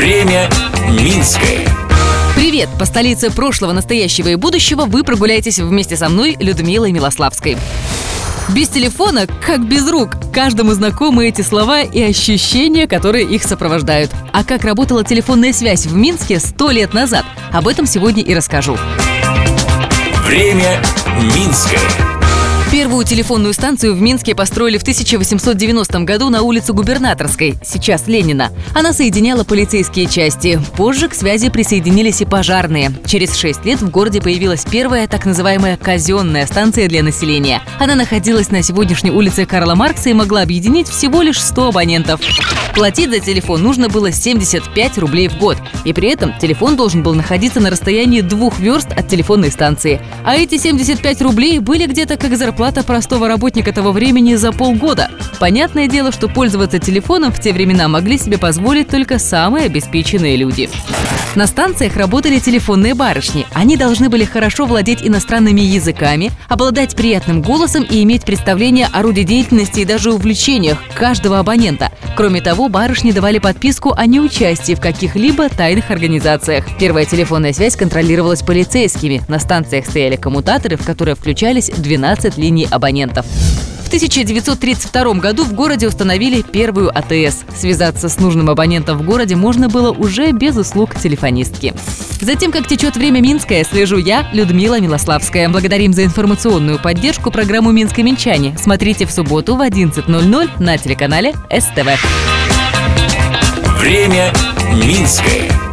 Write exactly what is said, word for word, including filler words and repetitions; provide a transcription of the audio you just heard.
Время Минское. Привет! По столице прошлого, настоящего и будущего вы прогуляетесь вместе со мной, Людмилой Милославской. Без телефона, как без рук. Каждому знакомы эти слова и ощущения, которые их сопровождают. А как работала телефонная связь в Минске сто лет назад? Об этом сегодня и расскажу. Время Минское. Первую телефонную станцию в Минске построили в тысяча восемьсот девяностом году на улице Губернаторской, сейчас Ленина. Она соединяла полицейские части. Позже к связи присоединились и пожарные. Через шесть лет в городе появилась первая так называемая казенная станция для населения. Она находилась на сегодняшней улице Карла Маркса и могла объединить всего лишь сто абонентов. Платить за телефон нужно было семьдесят пять рублей в год. И при этом телефон должен был находиться на расстоянии двух верст от телефонной станции. А эти семьдесят пять рублей были где-то как зарплата простого работника того времени за полгода. Понятное дело, что пользоваться телефоном в те времена могли себе позволить только самые обеспеченные люди. На станциях работали телефонные барышни. Они должны были хорошо владеть иностранными языками, обладать приятным голосом и иметь представление о роде деятельности и даже увлечениях каждого абонента. Кроме того, барышни давали подписку о неучастии в каких-либо тайных организациях. Первая телефонная связь контролировалась полицейскими. На станциях стояли коммутаторы, в которые включались двенадцать линий абонентов. В тысяча девятьсот тридцать втором году в городе установили первую А Тэ Эс. Связаться с нужным абонентом в городе можно было уже без услуг телефонистки. Затем, как течет время Минское, слежу я, Людмила Милославская. Благодарим за информационную поддержку программу «Минск-Минчане». Смотрите в субботу в одиннадцать ноль ноль на телеканале Эс Тэ Вэ. Время Минское.